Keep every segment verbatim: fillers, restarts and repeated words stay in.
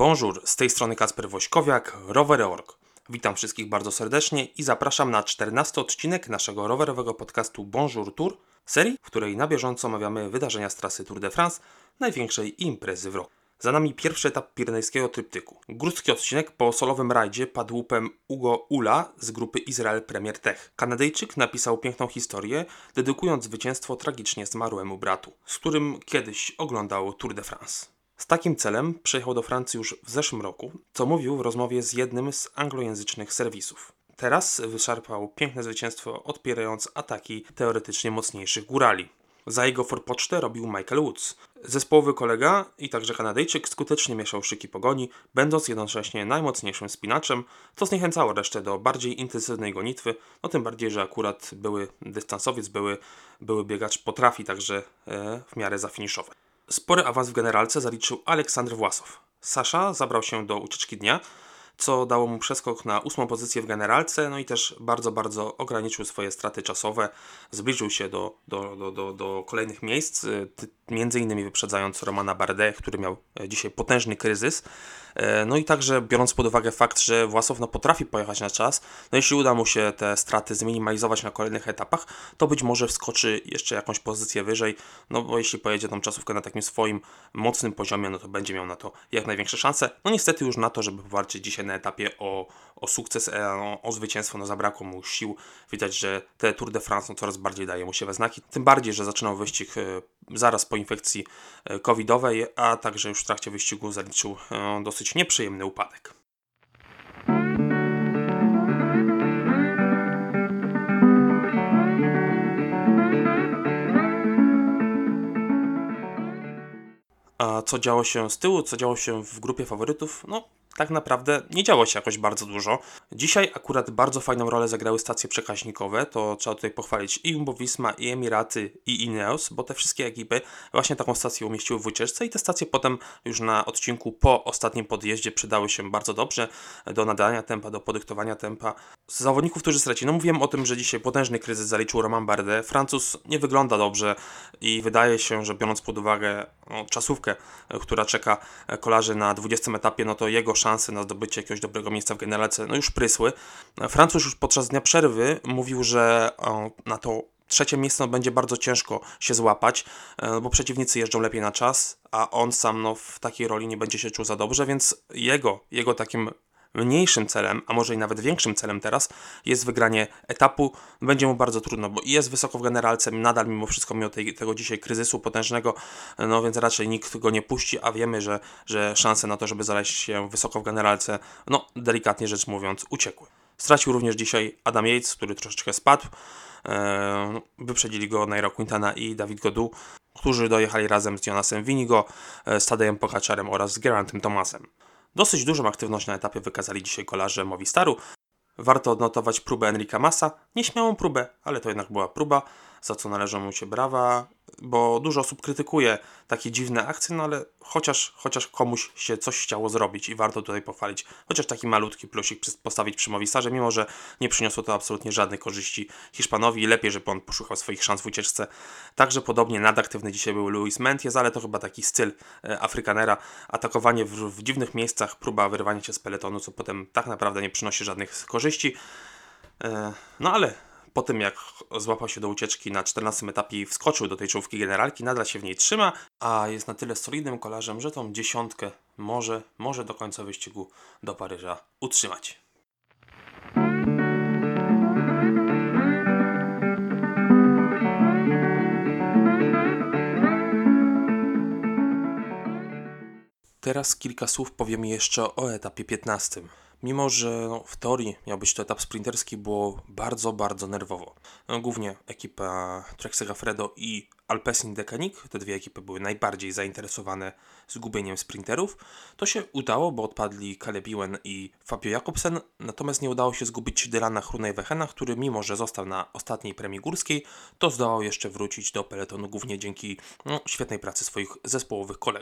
Bonjour, z tej strony Kacper Wośkowiak, rowery kropka org. Witam wszystkich bardzo serdecznie i zapraszam na czternasty odcinek naszego rowerowego podcastu Bonjour Tour, serii, w której na bieżąco omawiamy wydarzenia z trasy Tour de France, największej imprezy w roku. Za nami pierwszy etap pirenejskiego tryptyku. Górski odcinek po solowym rajdzie padł łupem Ugo Ula z grupy Israel Premier Tech. Kanadyjczyk napisał piękną historię, dedykując zwycięstwo tragicznie zmarłemu bratu, z którym kiedyś oglądał Tour de France. Z takim celem przyjechał do Francji już w zeszłym roku, co mówił w rozmowie z jednym z anglojęzycznych serwisów. Teraz wyszarpał piękne zwycięstwo, odpierając ataki teoretycznie mocniejszych górali. Za jego forpocztę robił Michael Woods. Zespołowy kolega i także Kanadyjczyk skutecznie mieszał szyki pogoni, będąc jednocześnie najmocniejszym spinaczem, co zniechęcało resztę do bardziej intensywnej gonitwy, no tym bardziej, że akurat były dystansowiec, były, były biegacz potrafi także e, w miarę zafiniszować. Spory awans w generalce zaliczył Aleksandr Własow. Sasza zabrał się do ucieczki dnia, co dało mu przeskok na ósmą pozycję w generalce, no i też bardzo, bardzo ograniczył swoje straty czasowe, zbliżył się do, do, do, do, do kolejnych miejsc, między innymi wyprzedzając Romana Bardet, który miał dzisiaj potężny kryzys. No i także biorąc pod uwagę fakt, że Własow no, potrafi pojechać na czas, no jeśli uda mu się te straty zminimalizować na kolejnych etapach, to być może wskoczy jeszcze jakąś pozycję wyżej, no bo jeśli pojedzie tą czasówkę na takim swoim mocnym poziomie, no to będzie miał na to jak największe szanse. No niestety już na to, żeby powalczyć dzisiaj na etapie o, o sukces, o, o zwycięstwo, no zabrakło mu sił. Widać, że te Tour de France no, coraz bardziej daje mu się we znaki, tym bardziej, że zaczynał wyścig e, zaraz po infekcji e, covidowej, a także już w trakcie wyścigu zaliczył e, dosyć nieprzyjemny upadek. A co działo się z tyłu, co działo się w grupie faworytów? No, tak naprawdę nie działo się jakoś bardzo dużo. Dzisiaj akurat bardzo fajną rolę zagrały stacje przekaźnikowe, to trzeba tutaj pochwalić i Jumbo-Visma, i Emiraty, i Ineos, bo te wszystkie ekipy właśnie taką stację umieściły w wycieczce i te stacje potem już na odcinku po ostatnim podjeździe przydały się bardzo dobrze do nadania tempa, do podyktowania tempa. Z zawodników, którzy stracili, no mówiłem o tym, że dzisiaj potężny kryzys zaliczył Romain Bardet. Francuz nie wygląda dobrze i wydaje się, że biorąc pod uwagę no, czasówkę, która czeka kolarzy na dwudziestym etapie, no to jego szanse na zdobycie jakiegoś dobrego miejsca w generalce no już prysły. Francuz już podczas dnia przerwy mówił, że o, na to trzecie miejsce no, będzie bardzo ciężko się złapać, bo przeciwnicy jeżdżą lepiej na czas, a on sam no, w takiej roli nie będzie się czuł za dobrze, więc jego, jego takim mniejszym celem, a może i nawet większym celem teraz jest wygranie etapu. Będzie mu bardzo trudno, bo jest wysoko w generalce, nadal mimo wszystko mimo tej, tego dzisiaj kryzysu potężnego, no więc raczej nikt go nie puści, a wiemy, że, że szanse na to, żeby znaleźć się wysoko w generalce, no delikatnie rzecz mówiąc, uciekły. Stracił również dzisiaj Adam Yates, który troszeczkę spadł. Eee, wyprzedzili go Nairo Quintana i David Gaudu, którzy dojechali razem z Jonasem Winigo, z Tadejem Pogačarem oraz z Gerantem Thomasem. Dosyć dużą aktywność na etapie wykazali dzisiaj kolarze Movistaru. Warto odnotować próbę Enrica Masa, nieśmiałą próbę, ale to jednak była próba, za co należą mu się brawa, bo dużo osób krytykuje takie dziwne akcje, no ale chociaż, chociaż komuś się coś chciało zrobić i warto tutaj pochwalić, chociaż taki malutki plusik postawić przy Movistarze, mimo że nie przyniosło to absolutnie żadnej korzyści Hiszpanowi i lepiej, żeby on poszukał swoich szans w ucieczce. Także podobnie nadaktywny dzisiaj był Luis Meintjes, ale to chyba taki styl e, Afrykanera, atakowanie w, w dziwnych miejscach, próba wyrwania się z peletonu, co potem tak naprawdę nie przynosi żadnych korzyści. E, no ale po tym jak złapał się do ucieczki na czternastym etapie i wskoczył do tej czołówki generalki, nadal się w niej trzyma, a jest na tyle solidnym kolarzem, że tą dziesiątkę może, może do końca wyścigu do Paryża utrzymać. Teraz kilka słów powiem jeszcze o etapie piętnastym. Mimo że no, w teorii miał być to etap sprinterski, było bardzo, bardzo nerwowo. No, głównie ekipa Trek Segafredo i Alpecin Deceuninck, te dwie ekipy były najbardziej zainteresowane zgubieniem sprinterów. To się udało, bo odpadli Caleb Ewan i Fabio Jakobsen, natomiast nie udało się zgubić Dylana Groenewegena, który mimo że został na ostatniej premii górskiej, to zdołał jeszcze wrócić do peletonu głównie dzięki no, świetnej pracy swoich zespołowych kolegów.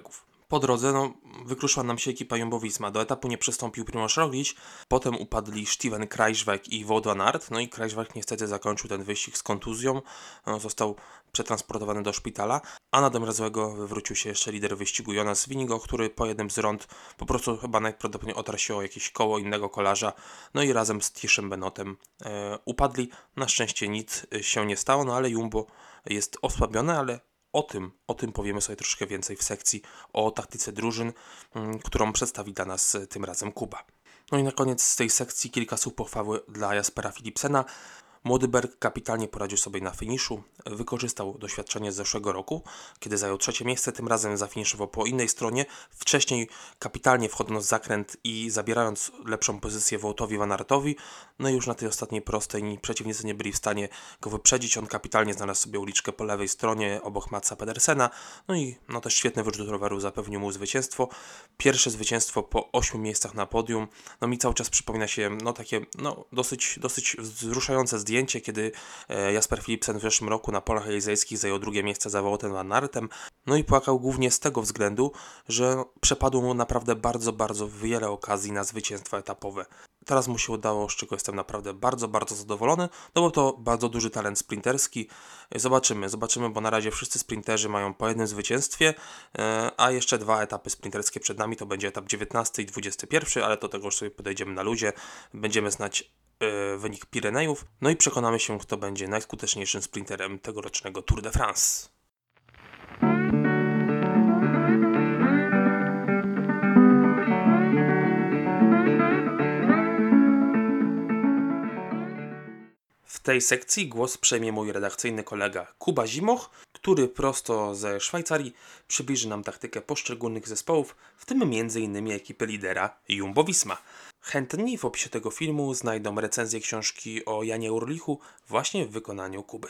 Po drodze no, wykruszyła nam się ekipa Jumbo-Visma. Do etapu nie przystąpił Primož Roglič, potem upadli Steven Kruijswijk i Wout van Aert, no i Kruijswijk niestety zakończył ten wyścig z kontuzją, no, został przetransportowany do szpitala, a na domiar złego wywrócił się jeszcze lider wyścigu Jonas Vingegaard, który po jednym z rond po prostu chyba najprawdopodobniej otarł się o jakieś koło innego kolarza, no i razem z Tieshem Benotem e, upadli. Na szczęście nic się nie stało, no ale Jumbo jest osłabione, ale O tym, o tym powiemy sobie troszkę więcej w sekcji o taktyce drużyn, którą przedstawi dla nas tym razem Kuba. No i na koniec z tej sekcji kilka słów pochwały dla Jaspera Philipsena. Młody Berg kapitalnie poradził sobie na finiszu, wykorzystał doświadczenie z zeszłego roku, kiedy zajął trzecie miejsce, tym razem zafiniszował po innej stronie, wcześniej kapitalnie wchodząc w zakręt i zabierając lepszą pozycję Woutowi van Aertowi, no i już na tej ostatniej prostej przeciwnicy nie byli w stanie go wyprzedzić, on kapitalnie znalazł sobie uliczkę po lewej stronie obok Matsa Pedersena, no i no też świetny wyrzut roweru zapewnił mu zwycięstwo, pierwsze zwycięstwo po ośmiu miejscach na podium, no mi cały czas przypomina się no takie no dosyć, dosyć wzruszające zdjęcie, Zdjęcie, kiedy Jasper Philipsen w zeszłym roku na polach elizejskich zajął drugie miejsce za Woutem van Aertem. No i płakał głównie z tego względu, że przepadło mu naprawdę bardzo, bardzo wiele okazji na zwycięstwa etapowe. Teraz mu się udało, z czego jestem naprawdę bardzo, bardzo zadowolony, no bo to bardzo duży talent sprinterski. Zobaczymy, zobaczymy, bo na razie wszyscy sprinterzy mają po jednym zwycięstwie, a jeszcze dwa etapy sprinterskie przed nami, to będzie etap dziewiętnasty i dwudziesty pierwszy, ale do tego już sobie podejdziemy na luzie, będziemy znać wynik Pirenejów, no i przekonamy się, kto będzie najskuteczniejszym sprinterem tegorocznego Tour de France. W tej sekcji głos przejmie mój redakcyjny kolega Kuba Zimoch, który prosto ze Szwajcarii przybliży nam taktykę poszczególnych zespołów, w tym między innymi ekipy lidera Jumbo-Visma. Chętni w opisie tego filmu znajdą recenzję książki o Janie Urlichu właśnie w wykonaniu Kuby.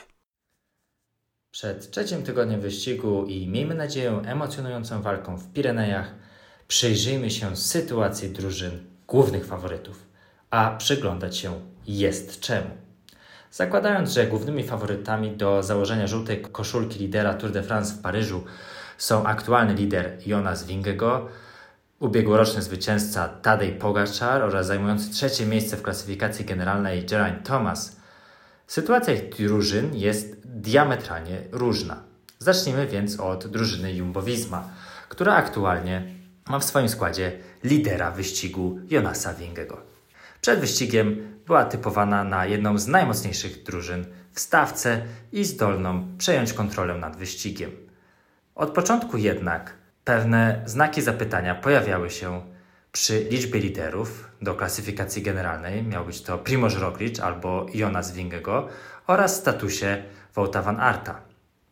Przed trzecim tygodniem wyścigu i miejmy nadzieję emocjonującą walką w Pirenejach przyjrzyjmy się sytuacji drużyn głównych faworytów, a przyglądać się jest czemu. Zakładając, że głównymi faworytami do założenia żółtej koszulki lidera Tour de France w Paryżu są aktualny lider Jonas Vingegaard, ubiegłoroczny zwycięzca Tadej Pogačar oraz zajmujący trzecie miejsce w klasyfikacji generalnej Geraint Thomas, sytuacja ich drużyn jest diametralnie różna. Zacznijmy więc od drużyny Jumbo-Visma, która aktualnie ma w swoim składzie lidera wyścigu Jonasa Vingegaard. Przed wyścigiem była typowana na jedną z najmocniejszych drużyn w stawce i zdolną przejąć kontrolę nad wyścigiem. Od początku jednak pewne znaki zapytania pojawiały się przy liczbie liderów do klasyfikacji generalnej. Miał być to Primož Roglič albo Jonas Vingegaard oraz statusie Wouta van Aerta.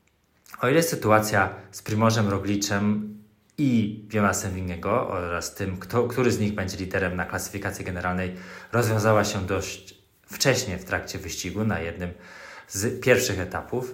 O ile sytuacja z Primožem Roglicem i Jonasem Vingegaard oraz tym, kto, który z nich będzie liderem na klasyfikacji generalnej, rozwiązała się dość wcześnie w trakcie wyścigu na jednym z pierwszych etapów,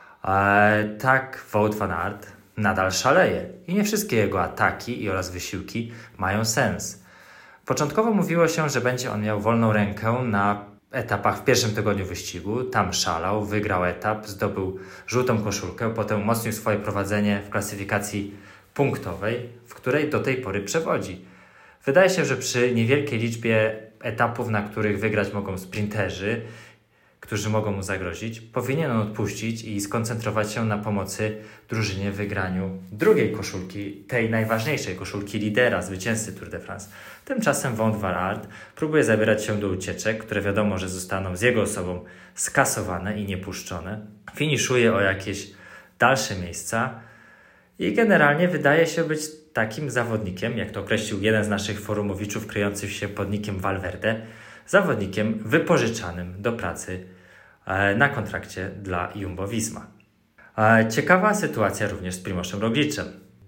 e, tak Wout van Aert nadal szaleje i nie wszystkie jego ataki oraz wysiłki mają sens. Początkowo mówiło się, że będzie on miał wolną rękę na etapach w pierwszym tygodniu wyścigu. Tam szalał, wygrał etap, zdobył żółtą koszulkę, potem umocnił swoje prowadzenie w klasyfikacji punktowej, w której do tej pory przewodzi. Wydaje się, że przy niewielkiej liczbie etapów, na których wygrać mogą sprinterzy, którzy mogą mu zagrozić, powinien on odpuścić i skoncentrować się na pomocy drużynie w wygraniu drugiej koszulki, tej najważniejszej koszulki lidera, zwycięzcy Tour de France. Tymczasem Wout van Aert próbuje zabierać się do ucieczek, które wiadomo, że zostaną z jego osobą skasowane i niepuszczone. Finiszuje o jakieś dalsze miejsca i generalnie wydaje się być takim zawodnikiem, jak to określił jeden z naszych forumowiczów kryjących się pod nickiem Valverde, zawodnikiem wypożyczanym do pracy na kontrakcie dla Jumbo-Visma. Ciekawa sytuacja również z Primožem Roglicem.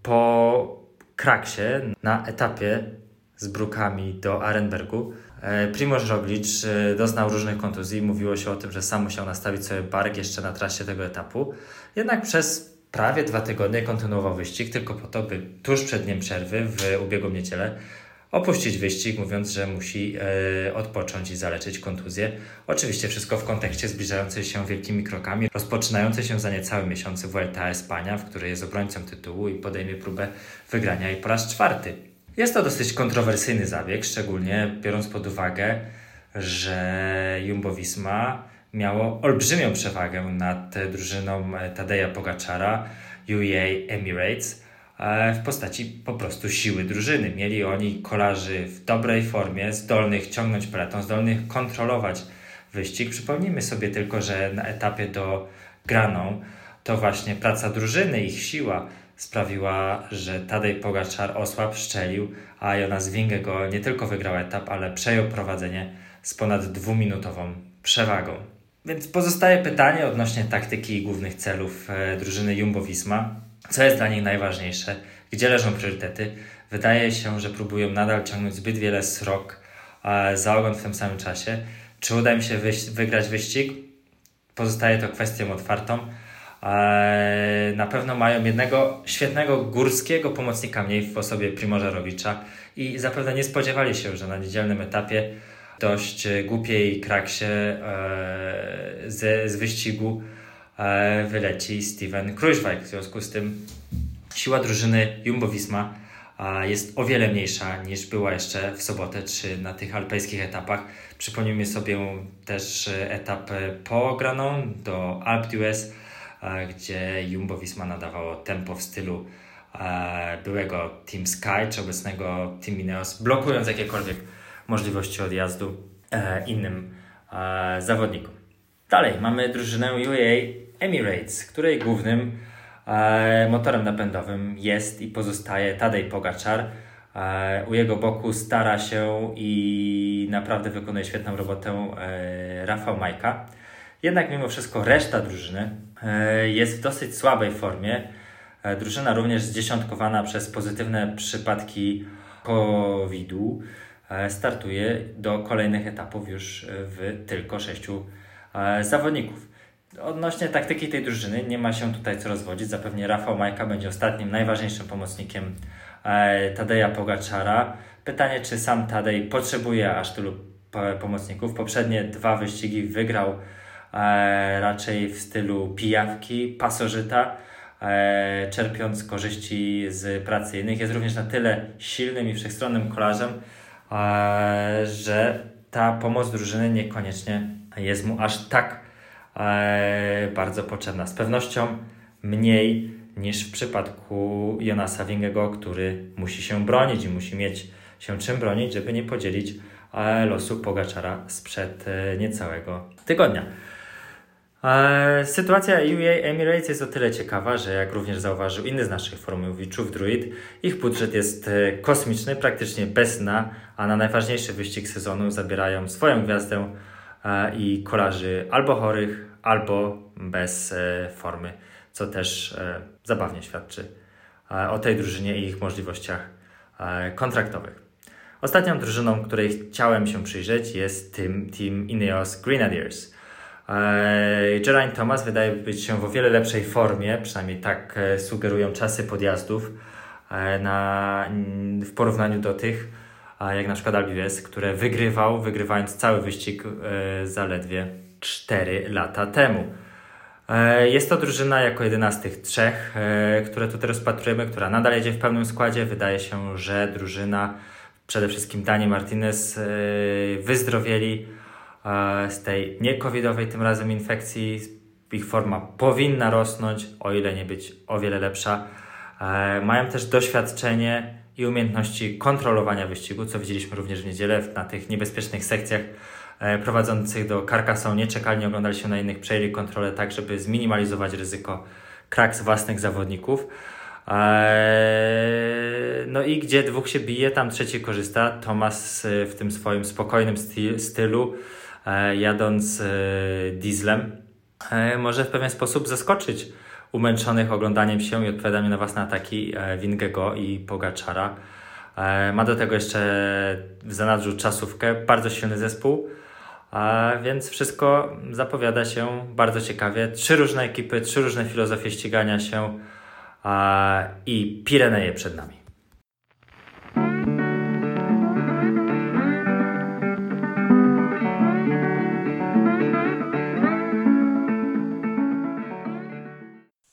Po kraksie na etapie z Brukami do Arenbergu Primož Roglič doznał różnych kontuzji. Mówiło się o tym, że sam musiał nastawić sobie bark jeszcze na trasie tego etapu. Jednak przez prawie dwa tygodnie kontynuował wyścig, tylko po to, by tuż przed dniem przerwy w ubiegłą niedzielę opuścić wyścig, mówiąc, że musi e, odpocząć i zaleczyć kontuzję. Oczywiście wszystko w kontekście zbliżającej się wielkimi krokami, rozpoczynającej się za niecały miesiąc Vuelta a España, w której jest obrońcą tytułu i podejmie próbę wygrania jej po raz czwarty. Jest to dosyć kontrowersyjny zabieg, szczególnie biorąc pod uwagę, że Jumbo-Visma miało olbrzymią przewagę nad drużyną Tadeja Pogačara, U A E Emirates, w postaci po prostu siły drużyny. Mieli oni kolarzy w dobrej formie, zdolnych ciągnąć peloton, zdolnych kontrolować wyścig. Przypomnijmy sobie tylko, że na etapie do Graną to właśnie praca drużyny, ich siła sprawiła, że Tadej Pogačar osłabł, szczelił, a Jonas Vingegaard nie tylko wygrał etap, ale przejął prowadzenie z ponad dwuminutową przewagą. Więc pozostaje pytanie odnośnie taktyki i głównych celów e, drużyny Jumbo-Visma. Co jest dla nich najważniejsze? Gdzie leżą priorytety? Wydaje się, że próbują nadal ciągnąć zbyt wiele srok e, za ogon w tym samym czasie. Czy uda im się wyś- wygrać wyścig? Pozostaje to kwestią otwartą. E, na pewno mają jednego świetnego górskiego pomocnika mniej w osobie Primoža Roglicza i zapewne nie spodziewali się, że na niedzielnym etapie dość głupiej kraksie e, z, z wyścigu e, wyleci Steven Kruijswijk. W związku z tym siła drużyny Jumbo-Visma e, jest o wiele mniejsza niż była jeszcze w sobotę czy na tych alpejskich etapach. Przypomnijmy sobie też etap po Granon do Alpe d'Huez, e, gdzie Jumbo-Visma nadawało tempo w stylu e, byłego Team Sky czy obecnego Team Ineos, blokując jakiekolwiek możliwości odjazdu e, innym e, zawodnikom. Dalej mamy drużynę U A E Emirates, której głównym e, motorem napędowym jest i pozostaje Tadej Pogačar. E, u jego boku stara się i naprawdę wykonuje świetną robotę e, Rafał Majka. Jednak mimo wszystko reszta drużyny e, jest w dosyć słabej formie. E, drużyna również zdziesiątkowana przez pozytywne przypadki kowida startuje do kolejnych etapów już w tylko sześciu e, zawodników. Odnośnie taktyki tej drużyny nie ma się tutaj co rozwodzić. Zapewne Rafał Majka będzie ostatnim, najważniejszym pomocnikiem e, Tadeja Pogačara. Pytanie, czy sam Tadej potrzebuje aż tylu p- pomocników. Poprzednie dwa wyścigi wygrał e, raczej w stylu pijawki, pasożyta, e, czerpiąc korzyści z pracy innych. Jest również na tyle silnym i wszechstronnym kolarzem, że ta pomoc drużyny niekoniecznie jest mu aż tak e, bardzo potrzebna. Z pewnością mniej niż w przypadku Jonasa Vingegaarda, który musi się bronić i musi mieć się czym bronić, żeby nie podzielić e, losu Pogačara sprzed e, niecałego tygodnia. E, sytuacja U A E Emirates jest o tyle ciekawa, że jak również zauważył inny z naszych forumowiczów, Druid, ich budżet jest e, kosmiczny, praktycznie bez dna, a na najważniejszy wyścig sezonu zabierają swoją gwiazdę e, i kolarzy albo chorych, albo bez e, formy, co też e, zabawnie świadczy e, o tej drużynie i ich możliwościach e, kontraktowych. Ostatnią drużyną, której chciałem się przyjrzeć, jest Team, team Ineos Grenadiers. Geraint Thomas wydaje być się w o wiele lepszej formie, przynajmniej tak sugerują czasy podjazdów na, w porównaniu do tych, jak na przykład Alpe d'Huez, które wygrywał, wygrywając cały wyścig zaledwie cztery lata temu. Jest to drużyna jako jedyna z tych trzech, które tutaj rozpatrujemy, która nadal jedzie w pełnym składzie. Wydaje się, że drużyna, przede wszystkim Dani Martinez, wyzdrowieli z tej nie-covidowej tym razem infekcji. Ich forma powinna rosnąć, o ile nie być o wiele lepsza. E, mają też doświadczenie i umiejętności kontrolowania wyścigu, co widzieliśmy również w niedzielę na tych niebezpiecznych sekcjach e, prowadzących do Carcassonne. Nie czekali, nie oglądali się na innych, przejęli kontrolę tak, żeby zminimalizować ryzyko kraks własnych zawodników. E, no i gdzie dwóch się bije, tam trzeci korzysta. Thomas w tym swoim spokojnym styl, stylu jadąc dieslem, może w pewien sposób zaskoczyć umęczonych oglądaniem się i odpowiadaniem na własne ataki Vingegaarda i Pogačara. Ma do tego jeszcze w zanadrzu czasówkę, bardzo silny zespół, więc wszystko zapowiada się bardzo ciekawie. Trzy różne ekipy, trzy różne filozofie ścigania się i Pireneje przed nami.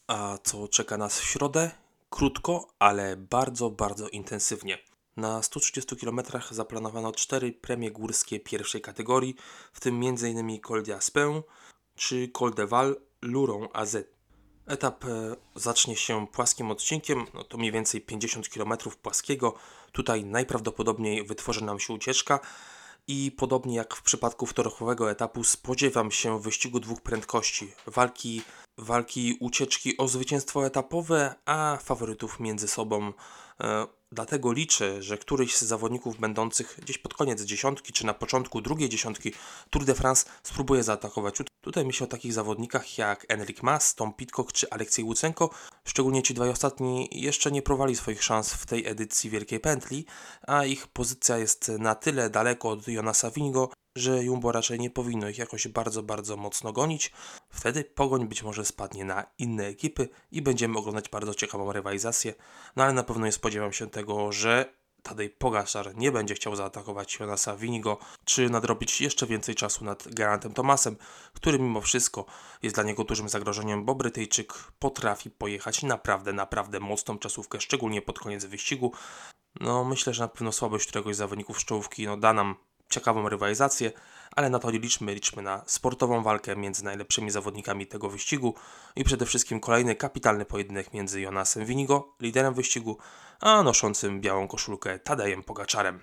A co czeka nas w środę? Krótko, ale bardzo, bardzo intensywnie. Na stu trzydziestu kilometrach zaplanowano cztery premie górskie pierwszej kategorii, w tym m.in. Col d'Aspin czy Col de Val Luron A Z. Etap e, zacznie się płaskim odcinkiem, no to mniej więcej pięćdziesiąt kilometrów płaskiego. Tutaj najprawdopodobniej wytworzy nam się ucieczka i podobnie jak w przypadku wtorachowego etapu spodziewam się wyścigu dwóch prędkości. Walki, walki ucieczki o zwycięstwo etapowe, a faworytów między sobą. E, dlatego liczę, że któryś z zawodników będących gdzieś pod koniec dziesiątki, czy na początku drugiej dziesiątki Tour de France spróbuje zaatakować. Tutaj myślę o takich zawodnikach jak Enric Mas, Tom Pidcock czy Aleksiej Łucenko. Szczególnie ci dwaj ostatni jeszcze nie próbowali swoich szans w tej edycji Wielkiej Pętli, a ich pozycja jest na tyle daleko od Jonasa Vingegaard, że Jumbo raczej nie powinno ich jakoś bardzo, bardzo mocno gonić. Wtedy pogoń być może spadnie na inne ekipy i będziemy oglądać bardzo ciekawą rywalizację. No ale na pewno nie spodziewam się tego, że Tadej Pogačar nie będzie chciał zaatakować Jonasa Vingegaarda, czy nadrobić jeszcze więcej czasu nad Gerantem Thomasem, który mimo wszystko jest dla niego dużym zagrożeniem, bo Brytyjczyk potrafi pojechać naprawdę, naprawdę mocną czasówkę, szczególnie pod koniec wyścigu. No myślę, że na pewno słabość któregoś z zawodników z czołówki no, da nam ciekawą rywalizację, ale na to nie liczmy, liczmy na sportową walkę między najlepszymi zawodnikami tego wyścigu i przede wszystkim kolejny kapitalny pojedynek między Jonasem Vingegaardem, liderem wyścigu, a noszącym białą koszulkę Tadejem Pogačarem.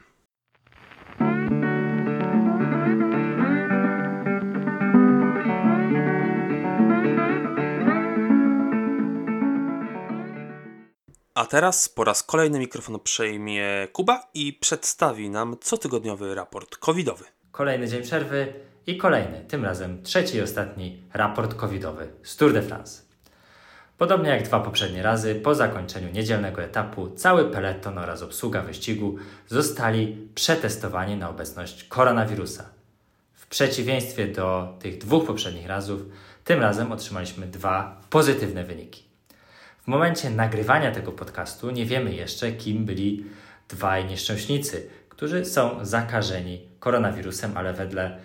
A teraz po raz kolejny mikrofon przejmie Kuba i przedstawi nam cotygodniowy raport covidowy. Kolejny dzień przerwy i kolejny, tym razem trzeci i ostatni raport covidowy z Tour de France. Podobnie jak dwa poprzednie razy, po zakończeniu niedzielnego etapu cały peleton oraz obsługa wyścigu zostali przetestowani na obecność koronawirusa. W przeciwieństwie do tych dwóch poprzednich razów, tym razem otrzymaliśmy dwa pozytywne wyniki. W momencie nagrywania tego podcastu nie wiemy jeszcze, kim byli dwaj nieszczęśnicy, którzy są zakażeni koronawirusem, ale wedle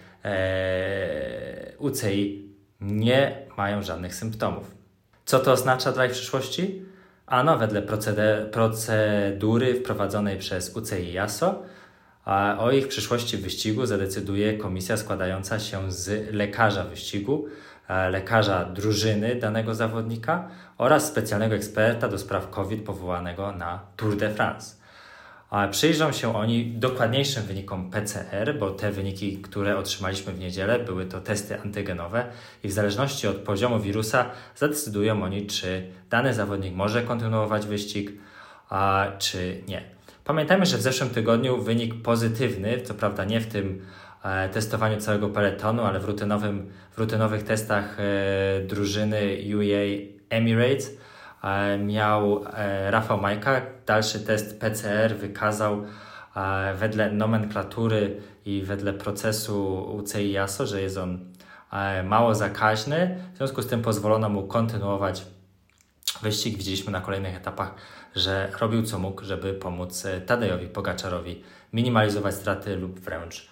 e, U C I nie mają żadnych symptomów. Co to oznacza dla ich przyszłości? Ano, wedle procede- procedury wprowadzonej przez U C I i A S O, a o ich przyszłości w wyścigu zadecyduje komisja składająca się z lekarza wyścigu, lekarza drużyny danego zawodnika oraz specjalnego eksperta do spraw COVID powołanego na Tour de France. Przyjrzą się oni dokładniejszym wynikom P C R, bo te wyniki, które otrzymaliśmy w niedzielę, były to testy antygenowe i w zależności od poziomu wirusa zadecydują oni, czy dany zawodnik może kontynuować wyścig, a czy nie. Pamiętajmy, że w zeszłym tygodniu wynik pozytywny, co prawda nie w tym e, testowaniu całego peletonu, ale w, rutynowym, w rutynowych testach e, drużyny U A E Emirates e, miał e, Rafał Majka. Dalszy test P C R wykazał e, wedle nomenklatury i wedle procesu U C I i A S O, że jest on e, mało zakaźny. W związku z tym pozwolono mu kontynuować wyścig. Widzieliśmy na kolejnych etapach, że robił co mógł, żeby pomóc Tadejowi Pogačarowi minimalizować straty lub wręcz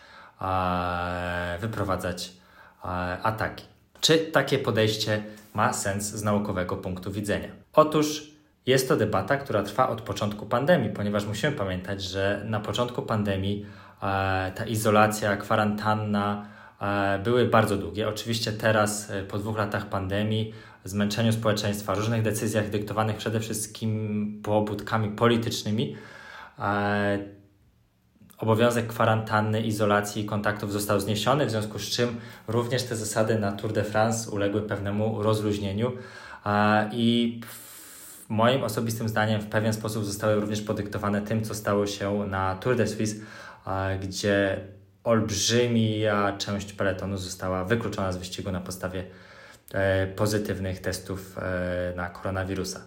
e, wyprowadzać e, ataki. Czy takie podejście ma sens z naukowego punktu widzenia? Otóż jest to debata, która trwa od początku pandemii, ponieważ musimy pamiętać, że na początku pandemii e, ta izolacja, kwarantanna e, były bardzo długie. Oczywiście teraz, e, po dwóch latach pandemii, zmęczeniu społeczeństwa, różnych decyzjach dyktowanych przede wszystkim pobudkami politycznymi, e, obowiązek kwarantanny, izolacji i kontaktów został zniesiony, w związku z czym również te zasady na Tour de France uległy pewnemu rozluźnieniu e, i w moim osobistym zdaniem w pewien sposób zostały również podyktowane tym, co stało się na Tour de Suisse, e, gdzie olbrzymia część peletonu została wykluczona z wyścigu na podstawie e, pozytywnych testów e, na koronawirusa.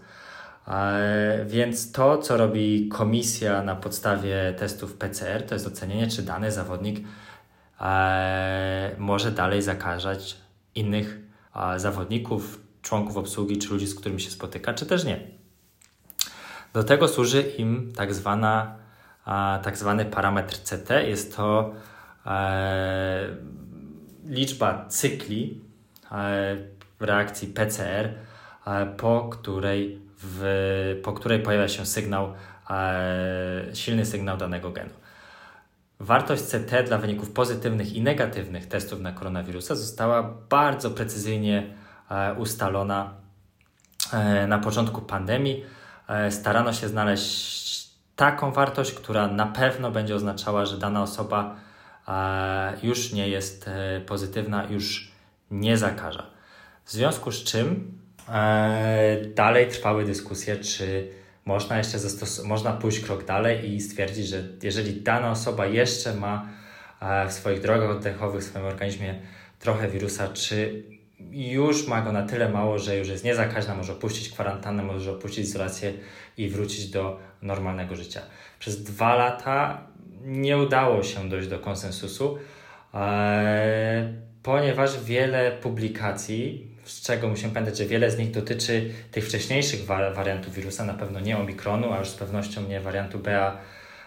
E, więc to, co robi komisja na podstawie testów P C R, to jest ocenienie, czy dany zawodnik e, może dalej zakażać innych e, zawodników, członków obsługi, czy ludzi, z którymi się spotyka, czy też nie. Do tego służy im tak zwana, e, tak zwany parametr C T. Jest to e, liczba cykli e, reakcji P C R po której, w, po której pojawia się sygnał, silny sygnał danego genu. Wartość C T dla wyników pozytywnych i negatywnych testów na koronawirusa została bardzo precyzyjnie ustalona na początku pandemii. Starano się znaleźć taką wartość, która na pewno będzie oznaczała, że dana osoba już nie jest pozytywna, już nie zakaża. W związku z czym dalej trwały dyskusje, czy można jeszcze zastos- można pójść krok dalej i stwierdzić, że jeżeli dana osoba jeszcze ma w swoich drogach oddechowych, w swoim organizmie trochę wirusa, czy już ma go na tyle mało, że już jest niezakaźna, może opuścić kwarantannę, może opuścić izolację i wrócić do normalnego życia. Przez dwa lata nie udało się dojść do konsensusu, e, ponieważ wiele publikacji, z czego musimy pamiętać, że wiele z nich dotyczy tych wcześniejszych wa- wariantów wirusa, na pewno nie omikronu, a już z pewnością nie wariantu B A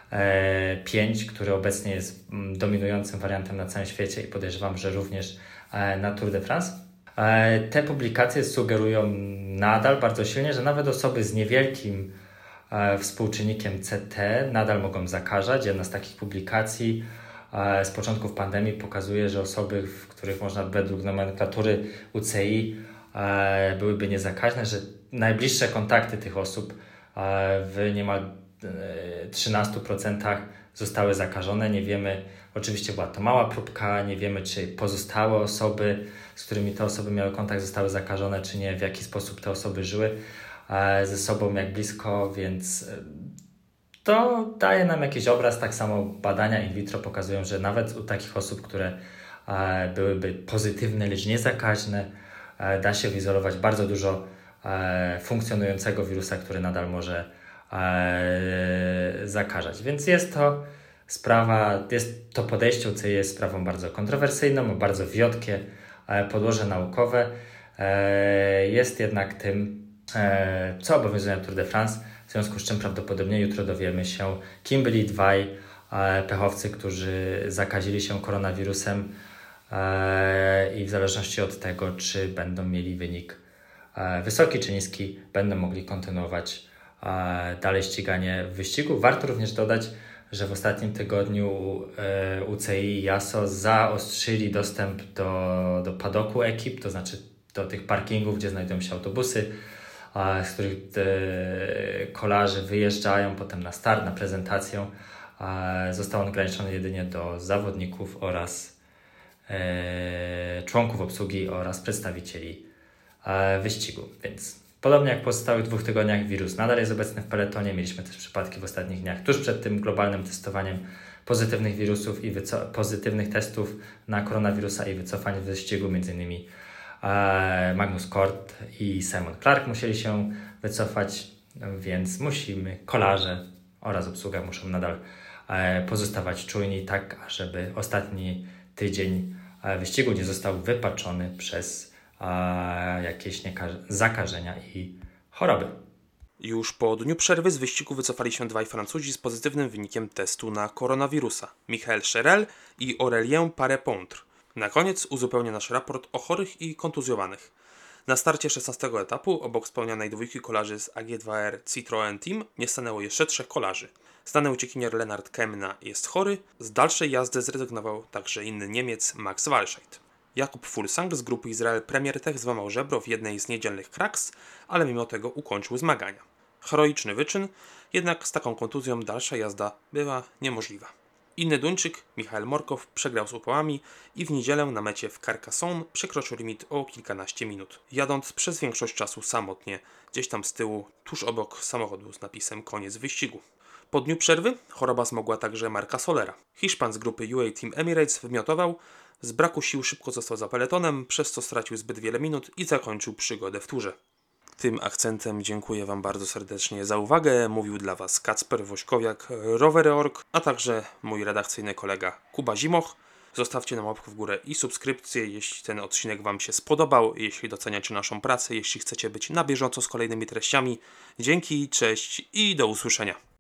pięć, który obecnie jest dominującym wariantem na całym świecie i podejrzewam, że również na Tour de France. Te publikacje sugerują nadal bardzo silnie, że nawet osoby z niewielkim współczynnikiem C T nadal mogą zakażać. Jedna z takich publikacji z początków pandemii pokazuje, że osoby, w których można według nomenklatury U C I byłyby niezakaźne, że najbliższe kontakty tych osób w niemal trzynaście procent zostały zakażone. Nie wiemy, oczywiście była to mała próbka, nie wiemy, czy pozostałe osoby, z którymi te osoby miały kontakt, zostały zakażone, czy nie, w jaki sposób te osoby żyły ze sobą, jak blisko, więc to daje nam jakiś obraz. Tak samo badania in vitro pokazują, że nawet u takich osób, które byłyby pozytywne, lecz niezakaźne, da się wyizolować bardzo dużo funkcjonującego wirusa, który nadal może zakażać. Więc jest to sprawa, jest to podejście U C I jest sprawą bardzo kontrowersyjną, ma bardzo wiotkie podłoże naukowe. Jest jednak tym, co obowiązuje na Tour de France, w związku z czym prawdopodobnie jutro dowiemy się, kim byli dwaj pechowcy, którzy zakazili się koronawirusem i w zależności od tego, czy będą mieli wynik wysoki czy niski, będą mogli kontynuować dalej ściganie w wyścigu. Warto również dodać, że w ostatnim tygodniu U C I i JASO zaostrzyli dostęp do, do padoku ekip, to znaczy do tych parkingów, gdzie znajdują się autobusy, z których kolarze wyjeżdżają potem na start, na prezentację. Został on ograniczony jedynie do zawodników oraz członków obsługi oraz przedstawicieli wyścigu. Więc podobnie jak w pozostałych dwóch tygodniach wirus nadal jest obecny w peletonie. Mieliśmy też przypadki w ostatnich dniach, tuż przed tym globalnym testowaniem pozytywnych wirusów i wyco- pozytywnych testów na koronawirusa i wycofań w wyścigu, między innymi Magnus Kort i Simon Clark musieli się wycofać, więc musimy, kolarze oraz obsługa muszą nadal pozostawać czujni, tak żeby ostatni tydzień wyścigu nie został wypaczony przez jakieś nieka- zakażenia i choroby. Już po dniu przerwy z wyścigu wycofali się dwaj Francuzi z pozytywnym wynikiem testu na koronawirusa. Michael Cherel i Aurélien Paré-Pontre. Na koniec uzupełnia nasz raport o chorych i kontuzjowanych. Na starcie szesnastego etapu, obok wspomnianej dwójki kolarzy z A G dwa R Citroën Team, nie stanęło jeszcze trzech kolarzy. Znany uciekinier Lennart Kemna jest chory, z dalszej jazdy zrezygnował także inny Niemiec Max Walscheid. Jakub Fulsang z grupy Izrael Premier Tech złamał żebro w jednej z niedzielnych kraks, ale mimo tego ukończył zmagania. Heroiczny wyczyn, jednak z taką kontuzją dalsza jazda była niemożliwa. Inny Duńczyk, Michael Morkow, przegrał z upałami i w niedzielę na mecie w Carcassonne przekroczył limit o kilkanaście minut, jadąc przez większość czasu samotnie, gdzieś tam z tyłu, tuż obok samochodu z napisem koniec wyścigu. Po dniu przerwy choroba zmogła także Marka Solera. Hiszpan z grupy U A E Team Emirates wymiotował, z braku sił szybko został za peletonem, przez co stracił zbyt wiele minut i zakończył przygodę w turze. Tym akcentem dziękuję Wam bardzo serdecznie za uwagę. Mówił dla Was Kacper Wośkowiak, Rowery kropka org, a także mój redakcyjny kolega Kuba Zimoch. Zostawcie nam łapkę w górę i subskrypcję, jeśli ten odcinek Wam się spodobał, jeśli doceniacie naszą pracę, jeśli chcecie być na bieżąco z kolejnymi treściami. Dzięki, cześć i do usłyszenia.